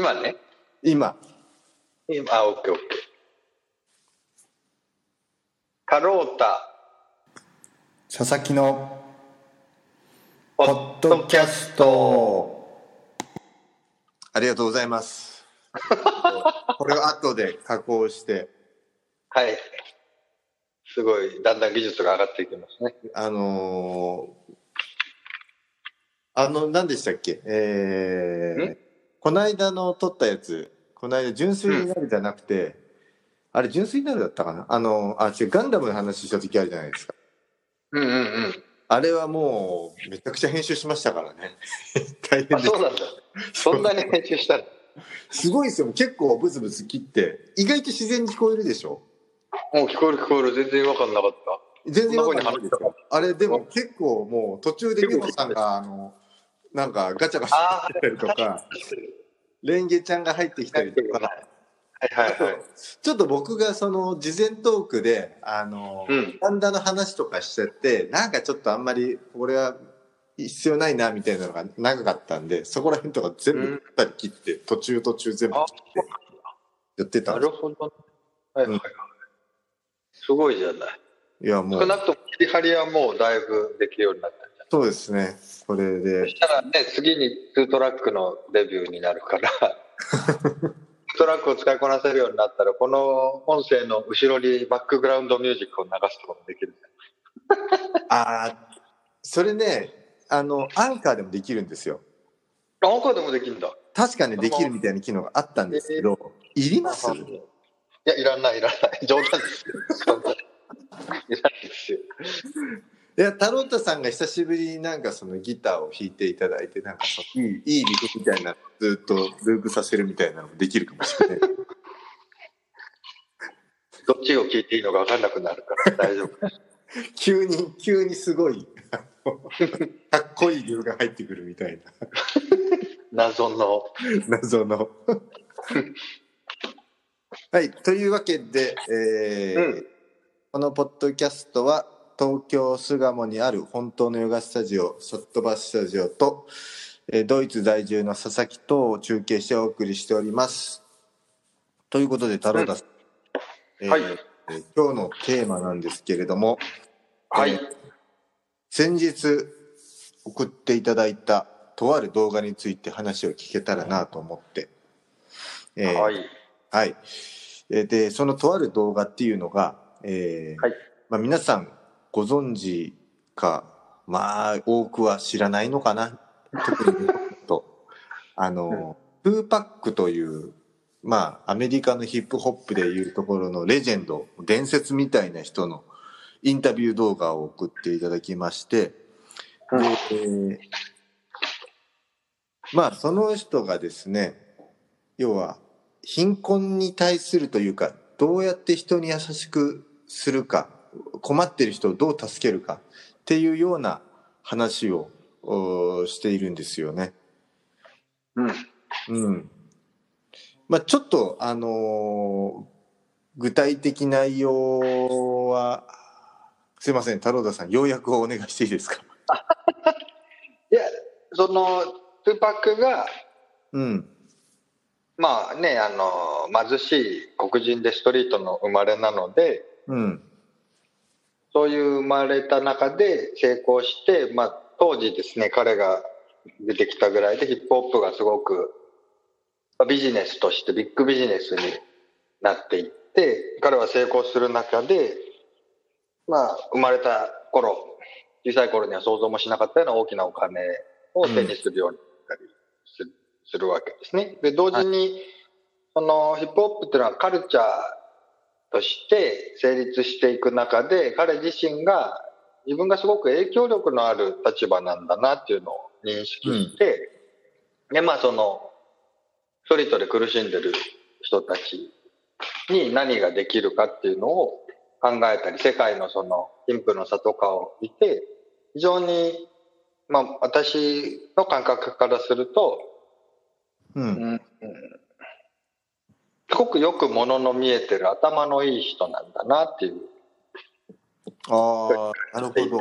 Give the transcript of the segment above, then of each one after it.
今ね。 今、 オッケーオッケー。タロータ佐々木のポポッドキャスト。ありがとうございます。これを後で加工して、 はい。すごい、だんだん技術が上がっていきますね。 何でしたっけ、この間の撮ったやつ、この間純粋になるじゃなくて、あれ純粋になるだったかな、違う、ガンダムの話した時あるじゃないですか。あれはもうめちゃくちゃ編集しましたからね。大変です。 そうなんだ。そんなに編集したの？ すごいですよ。結構ブツブツ切って意外と自然に聞こえるでしょ。 もう聞こえる。全然違和感なかった。 全然違和感ないですよ。あれでも結構もう途中で美穂さんがなんかガチャガチャやったりとか、レンゲちゃんが入ってきたりとか、ちょっと僕がその事前トークでダンダの話とかしちゃって、なんかちょっとあんまりこれは必要ないなみたいなのが長かったんで、そこら辺とか全部切って途中全部切ってやってたんです。 なるほど。すごいじゃない。 いやもう少なくとも切り張りはもうだいぶできるようになったんじゃない？ そうですね。これでそしたらね、次に2トラックのデビューになるから2トラックを使いこなせるようになったら、この音声の後ろにバックグラウンドミュージックを流すこともできる。 それね、アンカーでもできるんですよ。 アンカーでもできるんだ。 確かにできるみたいな機能があったんですけど、いります？ いや、いらない。冗談ですよ。いらないですよ。 いや、タロッタさんが久しぶりになんかそのギターを弾いていただいて、なんかいいリフみたいなずっとループさせるみたいなのもできるかもしれない。 どっちを聞いていいのか分かんなくなるから大丈夫。 急にすごいかっこいい理由が入ってくるみたいな。謎の。はい、というわけで、このポッドキャストは東京巣鴨にある本当のヨガスタジオ、ショットバススタジオと、ドイツ在住の佐々木とを中継してお送りしております。ということで、タロータさん、今日のテーマなんですけれども、先日送っていただいたとある動画について話を聞けたらなと思って、でそのとある動画っていうのが、皆さんご存知か、多くは知らないのかな、特にとトゥーパックというアメリカのヒップホップでいうところのレジェンド、伝説みたいな人のインタビュー動画を送っていただきまして、でその人がですね、要は貧困に対するというか、どうやって人に優しくするか、困ってる人をどう助けるかっていうような話をしているんですよね。ちょっと具体的内容はすいません、太郎田さん、要約をお願いしていいですか？ いや、そのトゥーパックが貧しい黒人でストリートの生まれなので、そういう生まれた中で成功して、当時ですね、彼が出てきたぐらいでヒップホップがすごくビジネスとしてビッグビジネスになっていって、彼は成功する中で、生まれた頃、小さい頃には想像もしなかったような大きなお金を手にするようになったりするわけですね。で、同時に、そのヒップホップっていうのはカルチャーとして成立していく中で、彼自身が自分がすごく影響力のある立場なんだなっていうのを認識して、でそのストリートで苦しんでる人たちに何ができるかっていうのを考えたり、世界のその貧富の差とかを見て、非常に私の感覚からすると、すごくよくものの見えてる頭のいい人なんだなっていう。 なるほど。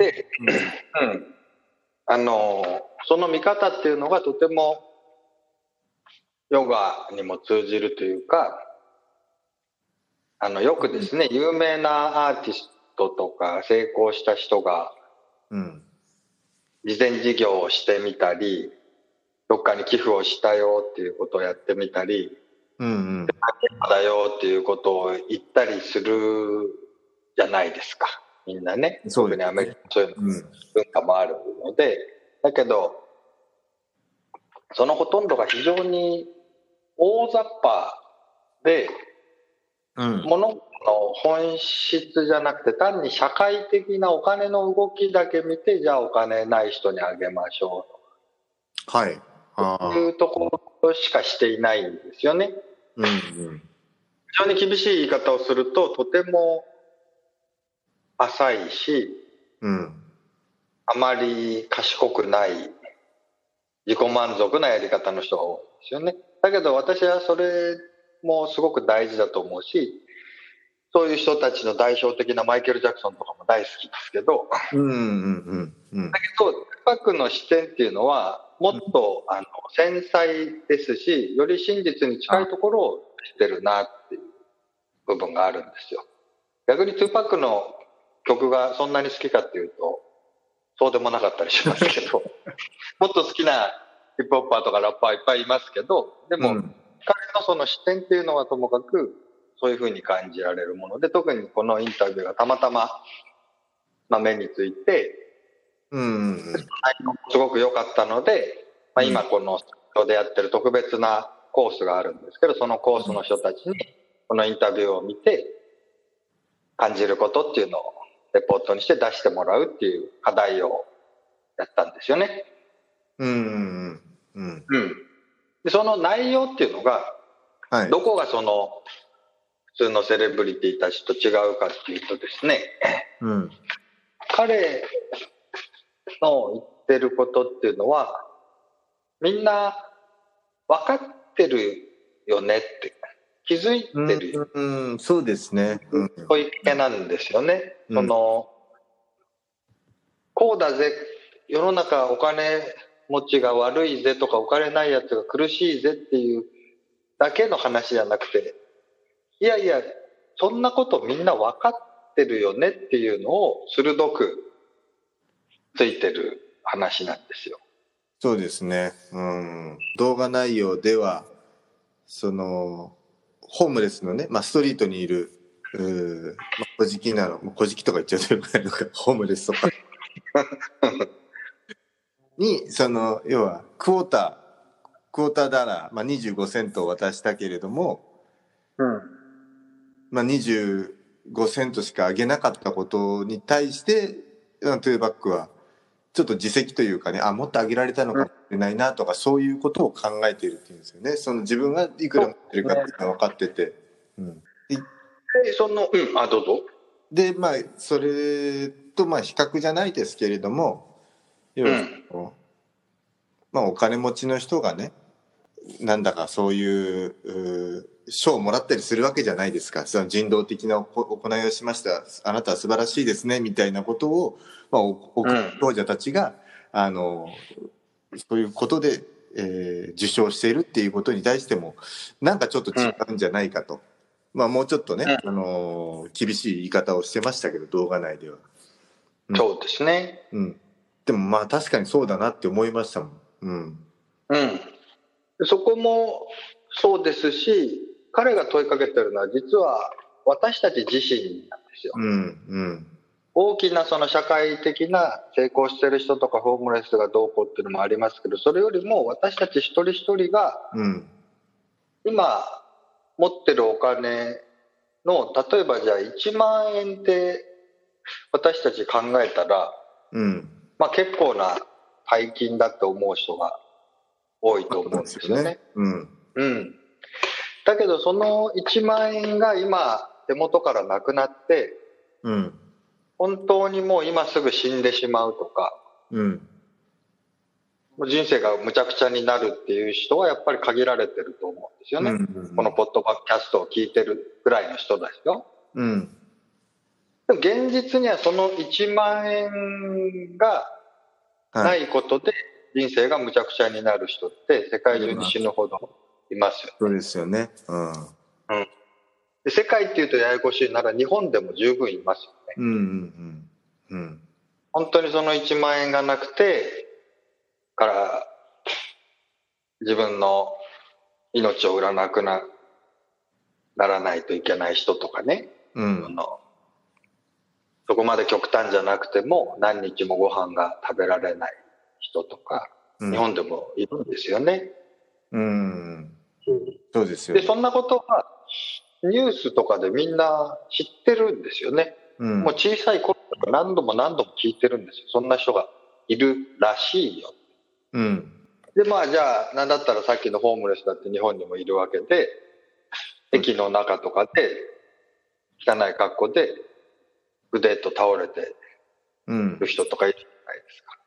その見方っていうのがとてもヨガにも通じるというか、よくですね、有名なアーティストとか成功した人が、慈善事業をしてみたり、どっかに寄付をしたよっていうことをやってみたり、だよっていうことを言ったりするじゃないですか。みんなね。特にアメリカそういう文化もあるので、だけど、そのほとんどが非常に大雑把で、物の本質じゃなくて単に社会的なお金の動きだけ見て、じゃあお金ない人にあげましょうと。はい。 というところしかしていないんですよね。非常に厳しい言い方をすると、とても浅いし、あまり賢くない自己満足なやり方の人が多いですよね。だけど私はそれもすごく大事だと思うし、そういう人たちの代表的なマイケル・ジャクソンとかも大好きですけど、だけど、深くの視点っていうのは、もっと繊細ですし、より真実に近いところをしてるなっていう部分があるんですよ。逆に2パックの曲がそんなに好きかっていうと、そうでもなかったりしますけど、もっと好きなヒップホッパーとかラッパーいっぱいいますけど、でも、彼のその視点っていうのはともかく、そういうふうに感じられるもので、特にこのインタビューがたまたま、目について、すごく良かったので、今このスタジオでやってる特別なコースがあるんですけど、そのコースの人たちにこのインタビューを見て感じることっていうのをレポートにして出してもらうっていう課題をやったんですよね。でその内容っていうのが、どこがその普通のセレブリティたちと違うかっていうとですね、彼の言ってることっていうのは、みんな分かってるよねって、気づいてる。 そうですね。 そういう系なんですよね。こうだぜ、世の中お金持ちが悪いぜとか、お金ないやつが苦しいぜっていうだけの話じゃなくて、いやいや、そんなことみんな分かってるよねっていうのを鋭くついてる話なんですよ。 そうですね。動画内容では、ホームレスのね、ストリートにいる、小じきとか言っちゃうとよくないのか、ホームレスとかに、要は、クォーターダラー、25セントを渡したけれども、25セントしか上げなかったことに対して、トゥーバックは、ちょっと自責というかね、もっと上げられたのかもしれないなとか、そういうことを考えているっていうんですよね。自分がいくら持ってるかっていうのが分かってて。 どうぞ。 で、それと比較じゃないですけれども、要はお金持ちの人がね、なんだかそういう賞をもらったりするわけじゃないですか。その人道的な行いをしました。あなたは素晴らしいですね、みたいなことを、王者たちが、そういうことで、受賞しているっていうことに対しても、なんかちょっと違うんじゃないかと。もうちょっとね、厳しい言い方をしてましたけど、動画内では。 そうですね。 でも確かにそうだなって思いましたもん。 そこもそうですし、彼が問いかけてるのは実は私たち自身なんですよ。大きなその社会的な成功してる人とかホームレスがどうこうっていうのもありますけど、それよりも私たち一人一人が今持ってるお金の、例えばじゃあ1万円って私たち考えたら、結構な大金だって思う人が多いと思うんですよね。だけどその1万円が今手元からなくなって、本当にもう今すぐ死んでしまうとか、人生がむちゃくちゃになるっていう人はやっぱり限られてると思うんですよね。このポッドキャストを聞いてるぐらいの人ですよ。でも現実にはその1万円がないことで人生がむちゃくちゃになる人って世界中に死ぬほどいますよ。 そうですよね。うん。 で世界っていうとややこしいなら日本でも十分いますよね。 うんうんうん。うん。 本当にその1万円がなくてから自分の命を売らなくならないといけない人とかね、 うん。 そこまで極端じゃなくても何日もご飯が食べられない人とか、日本でもいるんですよね。 うん。そうですよね。 で、そんなことはニュースとかでみんな知ってるんですよね。もう小さい頃から何度も何度も聞いてるんですよ。そんな人がいるらしいよ。 うん。 で、まあじゃあ、なんだったらさっきのホームレスだって日本にもいるわけで、駅の中とかで汚い格好で腕と倒れてる人とかいるじゃないですか。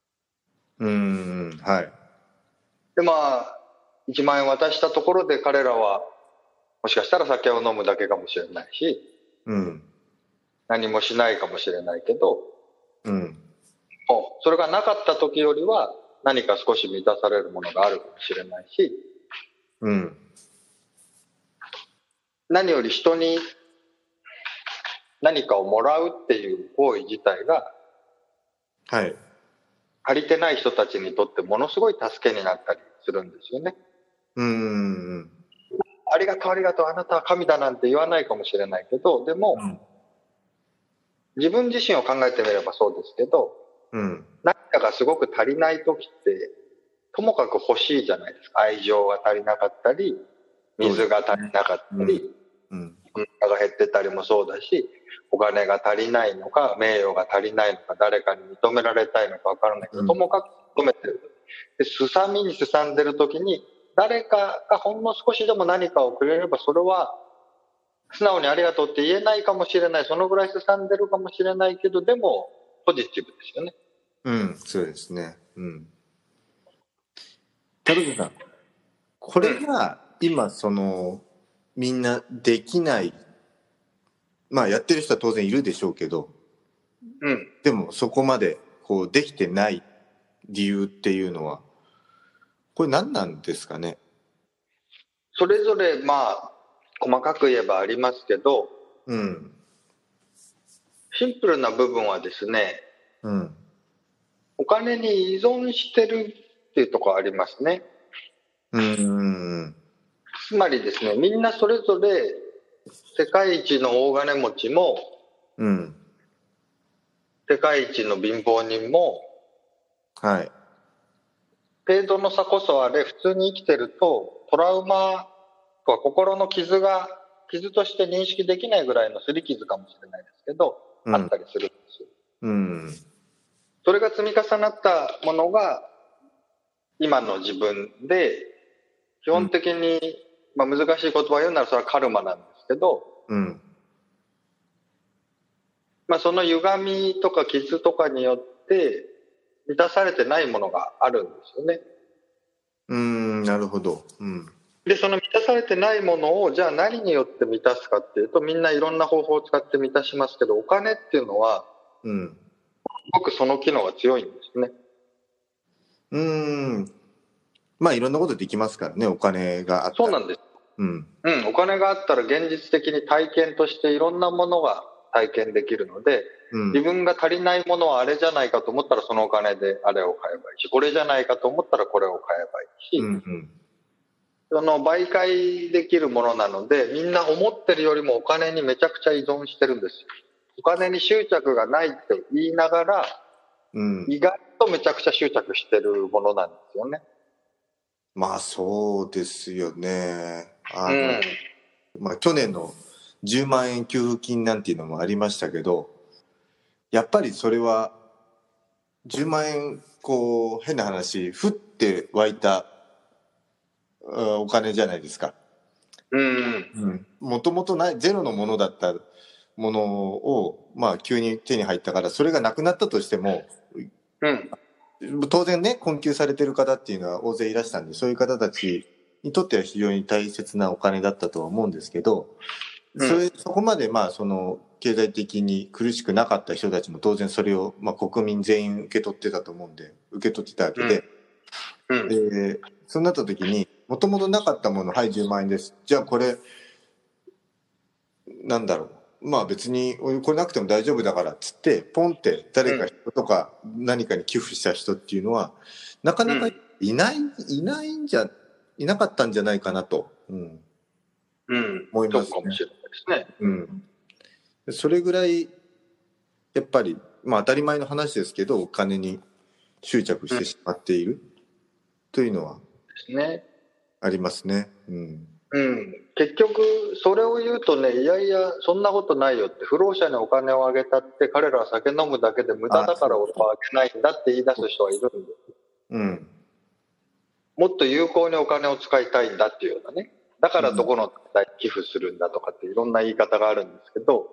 はい。 で、まあ、1万円渡したところで彼らは、もしかしたら酒を飲むだけかもしれないし、何もしないかもしれないけど、もうそれがなかった時よりは何か少し満たされるものがあるかもしれないし、何より人に何かをもらうっていう行為自体が、足りてない人たちにとってものすごい助けになったりするんですよね。ありがとうありがとう、あなたは神だなんて言わないかもしれないけど、でも、自分自身を考えてみればそうですけど、何かがすごく足りない時ってともかく欲しいじゃないですか。愛情が足りなかったり、水が足りなかったり、お腹が減ってたりもそうだし、お金が足りないのか、名誉が足りないのか、誰かに認められたいのか分からないけど、ともかく求めてる。で、すさみにすさんでる時に、誰かがほんの少しでも何かをくれれば、それは素直にありがとうって言えないかもしれない、そのぐらいすさんでるかもしれないけど、でもポジティブですよね。 そうですね。田辺さん、これが今みんなできない、まあやってる人は当然いるでしょうけど、でもそこまでこうできてない理由っていうのはこれ何なんですかね。 それぞれまあ細かく言えばありますけど、シンプルな部分はですね、お金に依存してるっていうところありますね。つまりですね、みんなそれぞれ世界一の大金持ちも、世界一の貧乏人も、程度の差こそあれ、普通に生きてるとトラウマとか心の傷として認識できないぐらいの擦り傷かもしれないですけど、あったりするんですよ。それが積み重なったものが今の自分で、基本的に、まあ、難しい言葉を言うならそれはカルマなんですけど、まあ、その歪みとか傷とかによって満たされてないものがあるんですよね。 なるほど。 で、その満たされてないものをじゃあ何によって満たすかっていうと、みんないろんな方法を使って満たしますけど、お金っていうのはすごくその機能が強いんですね。 まあいろんなことできますからね、お金があったら。 そうなんです。お金があったら現実的に体験としていろんなものが体験できるので、自分が足りないものはあれじゃないかと思ったらそのお金であれを買えばいいし、これじゃないかと思ったらこれを買えばいいし、その媒介できるものなので、みんな思ってるよりもお金にめちゃくちゃ依存してるんですよ。お金に執着がないって言いながら、意外とめちゃくちゃ執着してるものなんですよね。 まあそうですよね。まあ去年の10万円給付金なんていうのもありましたけど、やっぱりそれは10万円こう変な話降って湧いたお金じゃないですか。もともとないゼロのものだったものをまあ急に手に入ったから、それがなくなったとしても、当然ね困窮されてる方っていうのは大勢いらしたんで、そういう方たちにとっては非常に大切なお金だったとは思うんですけど、そこまでまあその経済的に苦しくなかった人たちも当然それをまあ国民全員受け取ってたと思うんで、受け取ってたわけで、そうなった時にもともとなかったもの、はい、10万円です。じゃあこれ、なんだろう。まあ別に、これなくても大丈夫だからっつって、ポンって誰か人とか何かに寄付した人っていうのは、なかなかいなかったんじゃないかなと、思いますね。 そうかもしれないですね。それぐらい、やっぱり、まあ当たり前の話ですけど、お金に執着してしまっているというのは、ありますね。 結局それを言うとね、いやいやそんなことないよって、不老者にお金をあげたって彼らは酒飲むだけで無駄だから俺はあげないんだって言い出す人はいるんで、もっと有効にお金を使いたいんだっていうようなね、だからどこの団体に寄付するんだとかっていろんな言い方があるんですけど、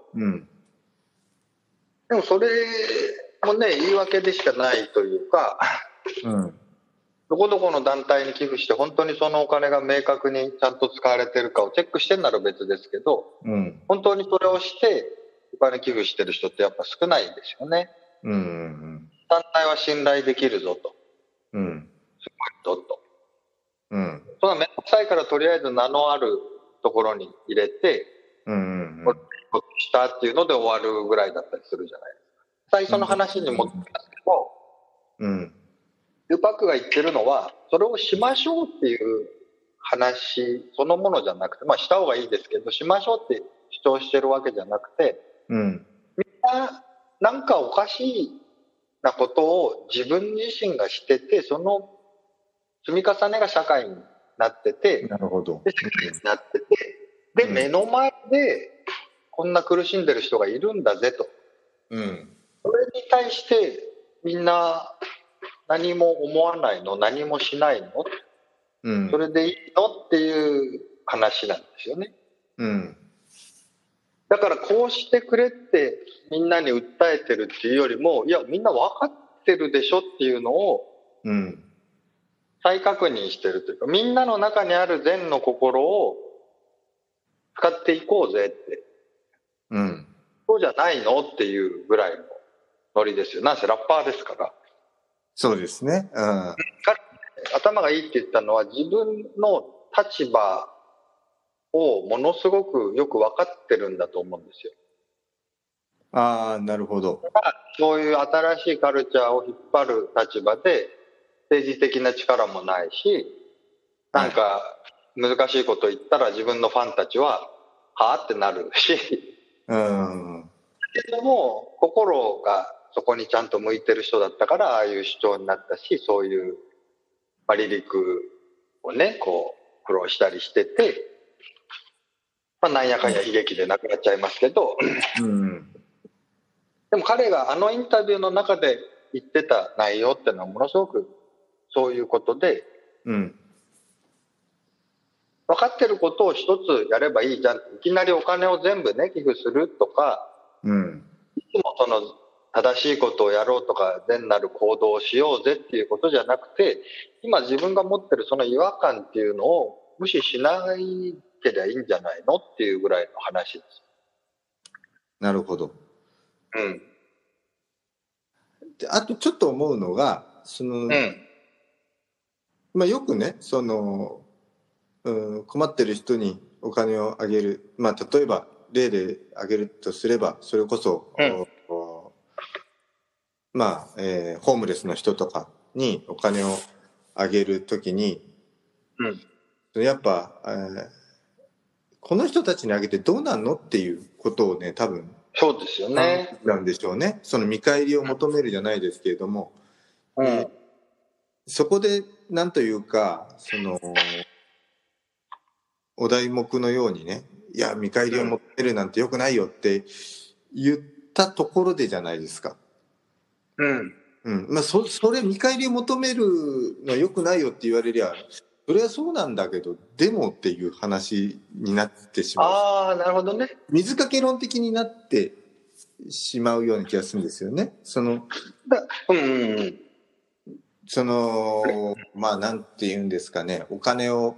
でもそれもね、言い訳でしかないというか、どこどこの団体に寄付して本当にそのお金が明確にちゃんと使われてるかをチェックしてんなら別ですけど、本当にそれをしてお金寄付してる人ってやっぱ少ないんですよね。団体は信頼できるぞと、すごいぞと、そんなめんどくさいからとりあえず名のあるところに入れて、これしたっていうので終わるぐらいだったりするじゃないですか。最初の話に戻ってますけど、ルパックが言ってるのは、それをしましょうっていう話そのものじゃなくて、まあした方がいいですけど、しましょうって主張してるわけじゃなくて、みんななんかおかしいなことを自分自身がしてて、その積み重ねが社会になってて、 なるほど。 で社会になってて、で、目の前でこんな苦しんでる人がいるんだぜと。それに対してみんな何も思わないの、何もしないの、それでいいのっていう話なんですよね。だからこうしてくれってみんなに訴えてるっていうよりも、いやみんな分かってるでしょっていうのを再確認してるというか、みんなの中にある善の心を使っていこうぜって、そうじゃないのっていうぐらいのノリですよ。なんせラッパーですから。 そうですね。 頭がいいって言ったのは、自分の立場をものすごくよく分かってるんだと思うんですよ。 なるほど。 そういう新しいカルチャーを引っ張る立場で、政治的な力もないし、なんか難しいこと言ったら自分のファンたちははぁってなるし、けども心がそこにちゃんと向いてる人だったから、ああいう主張になったし、そういう離陸をねこう苦労したりしてて、なんやかんや悲劇で亡くなっちゃいますけど、でも彼があのインタビューの中で言ってた内容っていうのはものすごくそういうことで、分かってることを一つやればいいじゃん。いきなりお金を全部ね寄付するとか、いつもその正しいことをやろうとか善なる行動をしようぜっていうことじゃなくて、今自分が持ってるその違和感っていうのを無視しないけりゃいいんじゃないのっていうぐらいの話です。 なるほど。であとちょっと思うのが、よくね、困ってる人にお金をあげる、例えば例であげるとすれば、それこそ、ホームレスの人とかにお金をあげるときに、やっぱ、この人たちにあげてどうなんのっていうことをね、多分そうですよね。 なんでしょうね。その見返りを求めるじゃないですけれども、そこでなんというか、お題目のようにね、いや見返りを求めるなんてよくないよって言ったところでじゃないですか。それ見返りを求めるのはよくないよって言われりゃ、それはそうなんだけど、でもっていう話になってしまう。 なるほどね。 水かけ論的になってしまうような気がするんですよね。なんて言うんですかね、お金を、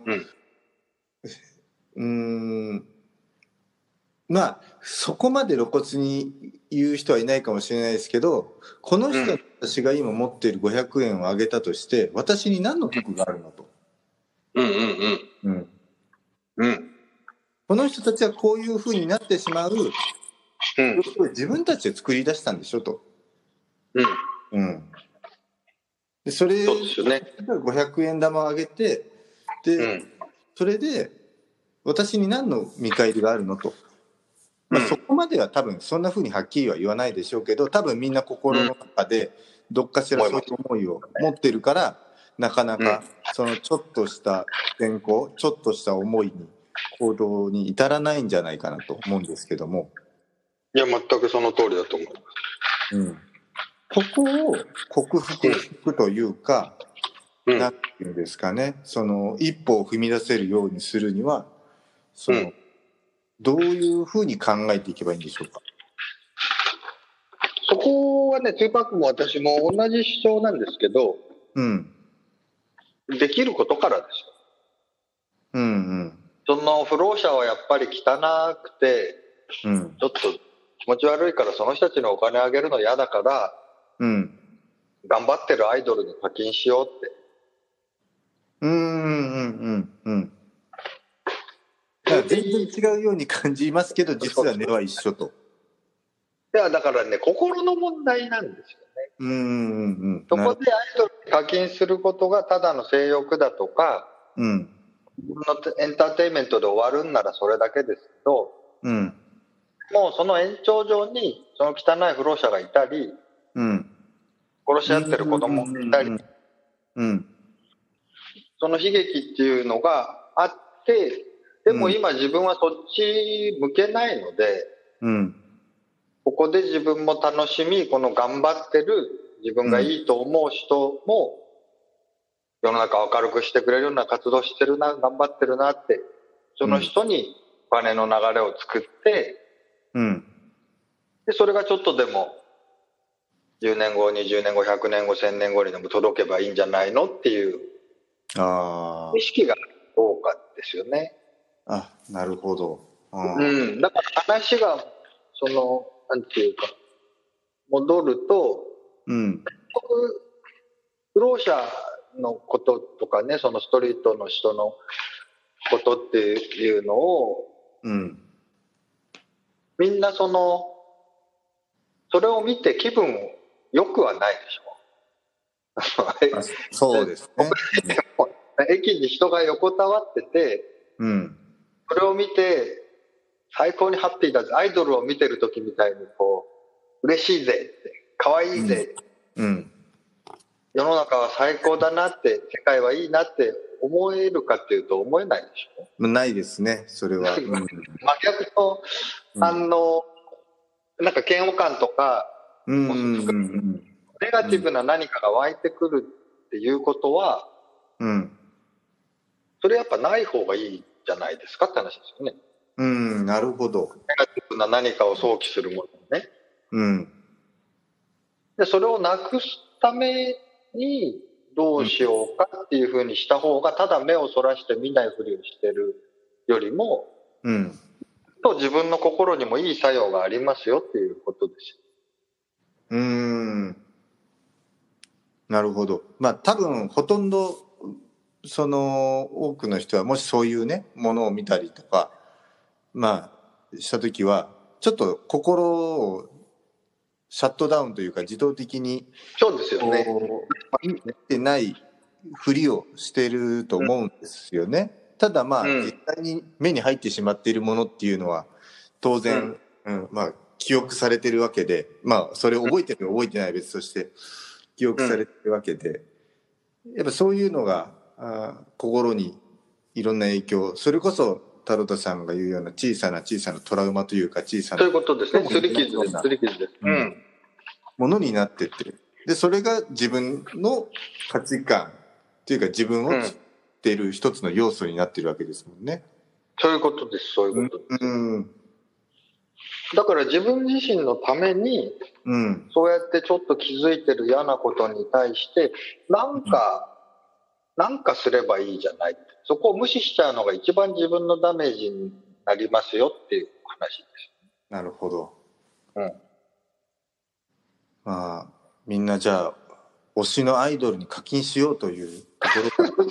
そこまで露骨に言う人はいないかもしれないですけど、この人私が今持っている500円をあげたとして、私に何の得があるのと。 うんうんうん。 うん。 うん。 この人たちはこういうふうになってしまう、 うん。 自分たちで作り出したんでしょと。 うん。 うん。で、それ、 そうですよね。 500円玉をあげて、で、 うん。 それで、私に何の見返りがあるのと。まあ、 うん。 そこまでは多分そんなふうにはっきりは言わないでしょうけど、多分みんな心の中でどっかしらそういう思いを持ってるから、なかなかそのちょっとした善行、ちょっとした思いに、行動に至らないんじゃないかなと思うんですけども。 いや、全くその通りだと思います。 うん。ここを克服していくというか、 うん。 なんていうんですかね、その一歩を踏み出せるようにするには、その、どういうふうに考えていけばいいんでしょうか。 そこはね、2パックも私も同じ主張なんですけど、 うん。 できることからですよ。 うんうん。 その不老者はやっぱり汚くて、 うん。 ちょっと気持ち悪いからその人たちのお金あげるの嫌だから、 うん。 頑張ってるアイドルに課金しようって。 うんうんうん。だから全然違うように感じますけど、実は根は一緒と。 いや、だからね、心の問題なんですよね。そこでアイドルに課金することがただの性欲だとか、 うん。 エンターテインメントで終わるんならそれだけですけど、 うん。 もうその延長上にその汚い不老者がいたり、 うん。 殺し合ってる子供がいたり、 うん。 その悲劇っていうのがあって、でも今自分はそっち向けないので、 うん。 ここで自分も楽しみ、この頑張ってる自分がいいと思う人も、世の中を明るくしてくれるような活動してるな、頑張ってるなって、その人にお金の流れを作って、 うん。 で、それがちょっとでも、10年後、20年後、100年後、1000年後にでも届けばいいんじゃないのっていう意識がどうかですよね。 あ、なるほど。 うん。だから話が、その、なんていうか、戻ると、 うん。 不老者のこととかね、そのストリートの人のことっていうのを、 うん。 みんなそれを見て気分良くはないでしょ。 そうですね。 駅に人が横たわってて、 うん。 それを見て、最高にハッピーだぜ。アイドルを見てる時みたいにこう、嬉しいぜって、可愛いぜ、 うん。 世の中は最高だなって、世界はいいなって思えるかっていうと思えないでしょ。 ないですね、それは。 真逆の反応、なんか嫌悪感とか、ネガティブな何かが湧いてくるっていうことは、それやっぱない方がいいじゃないですかって話ですよね。 なるほど。 ネガティブな何かを想起するものね。 うん。 で、それをなくすためにどうしようかっていうふうにした方が、ただ目をそらして見ないふりをしてるよりも、と自分の心にもいい作用がありますよっていうことですよ。 なるほど。まあ多分ほとんどその多くの人はもしそういうねものを見たりとかまあした時はちょっと心をシャットダウンというか自動的にそうですよね。 見てないふりをしてると思うんですよね。ただまあ、実際に目に入ってしまっているものっていうのは当然、まあ記憶されてるわけでまあそれを覚えてる覚えてないは別として記憶されてるわけで、やっぱそういうのが心にいろんな影響、それこそタロタさんが言うような小さなトラウマというか小さなそういうことですね。すり傷です。すり傷です。 ものになってて、でそれが自分の価値観というか自分を作っている一つの要素になってるわけですもんね。 そういうことです。そういうことです。だから自分自身のために、そうやってちょっと気づいてる嫌なことに対してなんかすればいいじゃない。そこを無視しちゃうのが一番自分のダメージになりますよっていう話です。 なるほど。まあみんなじゃあ推しのアイドルに課金しようというところから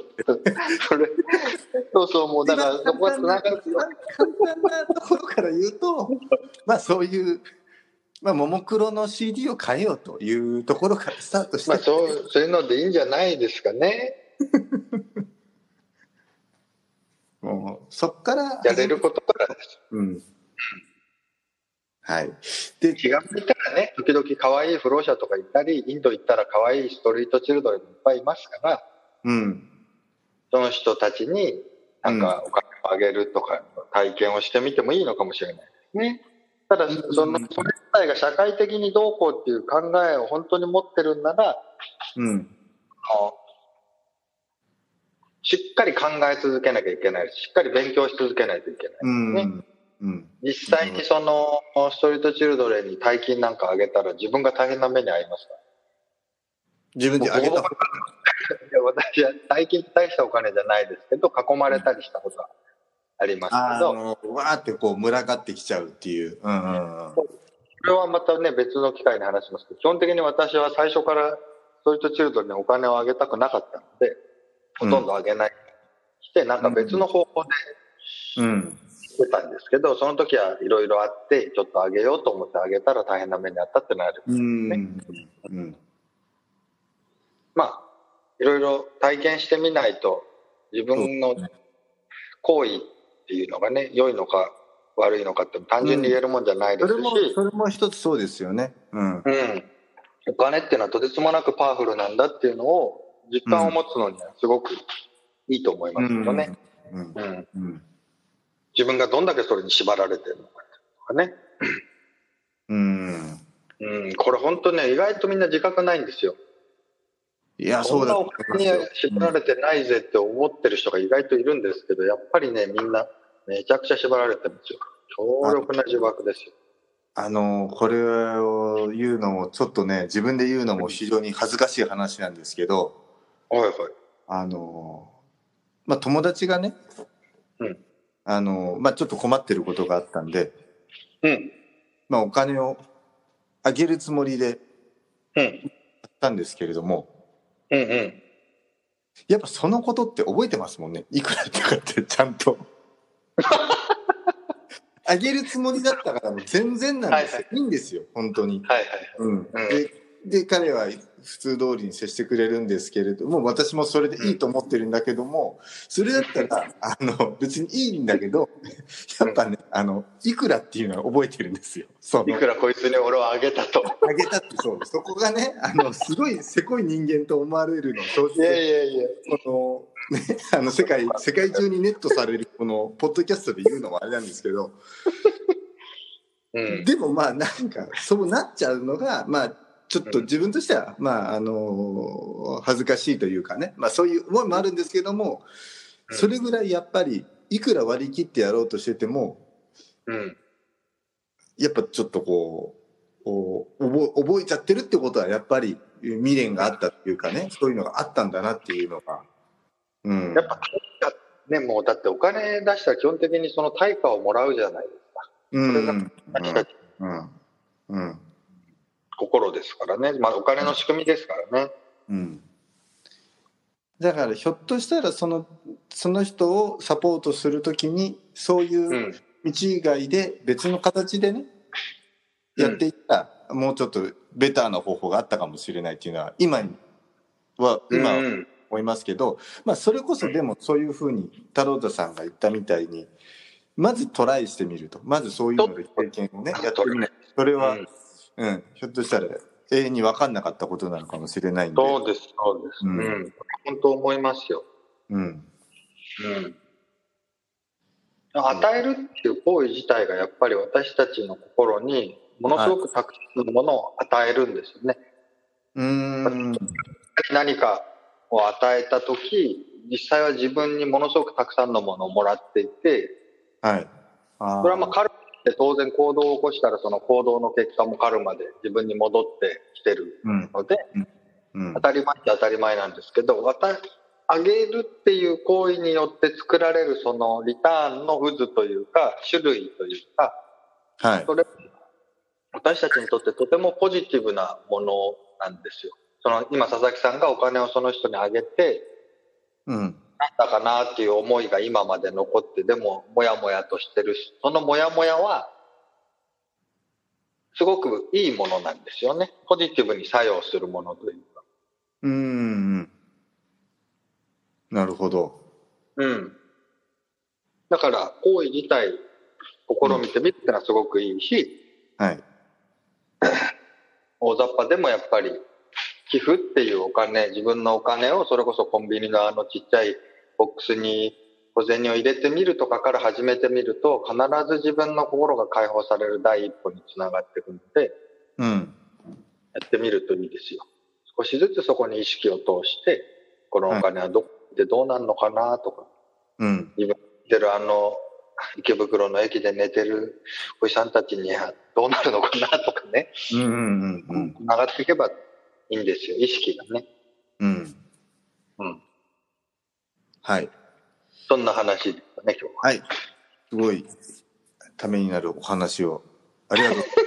そうもうだからそこはつながる。 簡単なところから言うと、まあそういう、まあ、ももクロの CD を変えようというところからスタートして、 まあそういうのでいいんじゃないですかね。 もうそっからやれることからです。 うん。はい。で、 気が向いたらね、時々可愛い不老者とかいたり、インド行ったら可愛いストリートチルドレンもいっぱいいますから、 うん。 その人たちになんかお金をあげるとか体験をしてみてもいいのかもしれないですね。ただ、それ自体が社会的にどうこうっていう考えを本当に持ってるんなら、 うん。 しっかり考え続けなきゃいけないし、しっかり勉強し続けないといけないですね。 うん。 実際にそのストリートチルドレンに大金なんかあげたら自分が大変な目に遭いますから。 自分であげた。 私は大金大したお金じゃないですけど、囲まれたりしたことはありますけど、 わーってこう群がってきちゃうっていう。これはまたね、別の機会に話しますけど、基本的に私は最初からストリートチルドレンにお金をあげたくなかったので、ほとんどあげない。して、なんか別の方法で、してたんですけど、その時はいろいろあって、ちょっとあげようと思ってあげたら大変な目にあったってなるんですね。まあ、いろいろ体験してみないと、自分の行為っていうのがね、良いのか悪いのかって単純に言えるもんじゃないですし、 それも一つそうですよね。 お金っていうのはとてつもなくパワフルなんだっていうのを実感を持つのにはすごくいいと思いますよね。自分がどんだけそれに縛られてるのかとかね。これ本当ね、意外とみんな自覚ないんですよ。 いや、そうだ。 そんなお金に縛られてないぜって思ってる人が意外といるんですけど、やっぱりね、みんなめちゃくちゃ縛られてるんですよ。強力な呪縛ですよ。 これを言うのも、ちょっとね、自分で言うのも非常に恥ずかしい話なんですけど、まあ、友達がね、まあ、ちょっと困ってることがあったんで、まあ、お金をあげるつもりで、やったんですけれども、やっぱそのことって覚えてますもんね。いくらとかってちゃんと。あげるつもりだったから全然なんですよ。いいんですよ、本当に。で、彼は普通通りに接してくれるんですけれども、私もそれでいいと思ってるんだけども、それだったら、別にいいんだけど、やっぱね、いくらっていうのは覚えてるんですよ。 いくらこいつに俺をあげたと。 あげたってそう。そこがね、すごいせこい人間と思われるのを承知で、 世界中にネットされるこのポッドキャストで言うのもあれなんですけど、でもまあなんかそうなっちゃうのがまあちょっと自分としてはまあ恥ずかしいというかね、まあそういう思いもあるんですけども、それぐらいやっぱりいくら割り切ってやろうとしてても、やっぱちょっとこう覚えちゃってるってことはやっぱり未練があったっていうかね、そういうのがあったんだなっていうのが。 やっぱね、もうだってお金出したら基本的にその対価をもらうじゃないですか。それが私たち心ですからね。まあお金の仕組みですからね。 だからひょっとしたらその人をサポートするときにそういう道以外で別の形でね、やっていったらもうちょっとベターな方法があったかもしれないっていうのは今は思いますけど、まあそれこそでもそういうふうに太郎太さんが言ったみたいにまずトライしてみると、まずそういうので経験をねやってみない、それはひょっとしたら永遠に分かんなかったことなのかもしれないんで。 そうですそうです。本当思いますよ。与えるっていう行為自体がやっぱり私たちの心にものすごくたくさんのものを与えるんですよね。何かを与えたとき、実際は自分にものすごくたくさんのものをもらっていて、それはまあカルマって当然行動を起こしたらその行動の結果もカルマで自分に戻ってきてるので、当たり前って当たり前なんですけど、あげるっていう行為によって作られるそのリターンの渦というか種類というか、それ私たちにとってとてもポジティブなものなんですよ。 今佐々木さんがお金をその人にあげて、なんだかなっていう思いが今まで残って、でももやもやとしてる、そのもやもやはすごくいいものなんですよね。ポジティブに作用するものというか。 なるほど。 だから行為自体試みてみるってのはすごくいいし、大雑把でもやっぱり寄付っていうお金、自分のお金をそれこそコンビニのちっちゃいボックスに小銭を入れてみるとかから始めてみると、必ず自分の心が解放される第一歩につながっていくので、やってみるといいですよ。少しずつそこに意識を通して、このお金はどこでどうなるのかなとか、自分が見てる池袋の駅で寝てるおじさんたちにはどうなるのかなとかね、つながっていけばいいんですよ、意識がね。 はい。 そんな話ですね、今日は。 はい。すごいためになるお話をありがとうございます。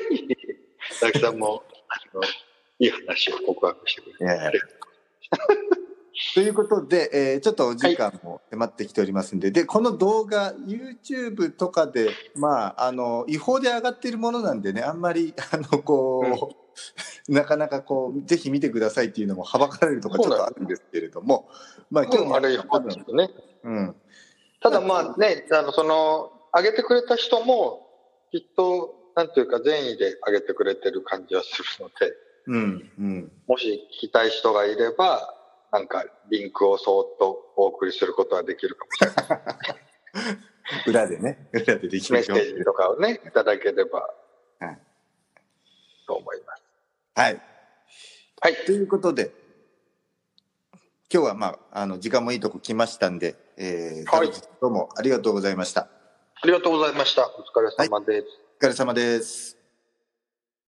佐々木さんもいい話を告白してくれて。 ということで、ちょっとお時間も迫ってきておりますんで、で、この動画、YouTube とかで、違法で上がっているものなんでね、あんまり、なかなかぜひ見てくださいっていうのもはばかられるとかちょっとあるんですけれども、 今日あれ違法ですよね。ただ上げてくれた人も、きっと、なんていうか善意で上げてくれてる感じはするので、もし聞きたい人がいれば、なんかリンクをそーっとお送りすることはできるかもしれない。 裏でできるメッセージとかをね、いただければ、と思います。 はい。ということで、今日は時間もいいとこ来ましたんで、どうもありがとうございました。 ありがとうございました。お疲れ様です。 お疲れ様です。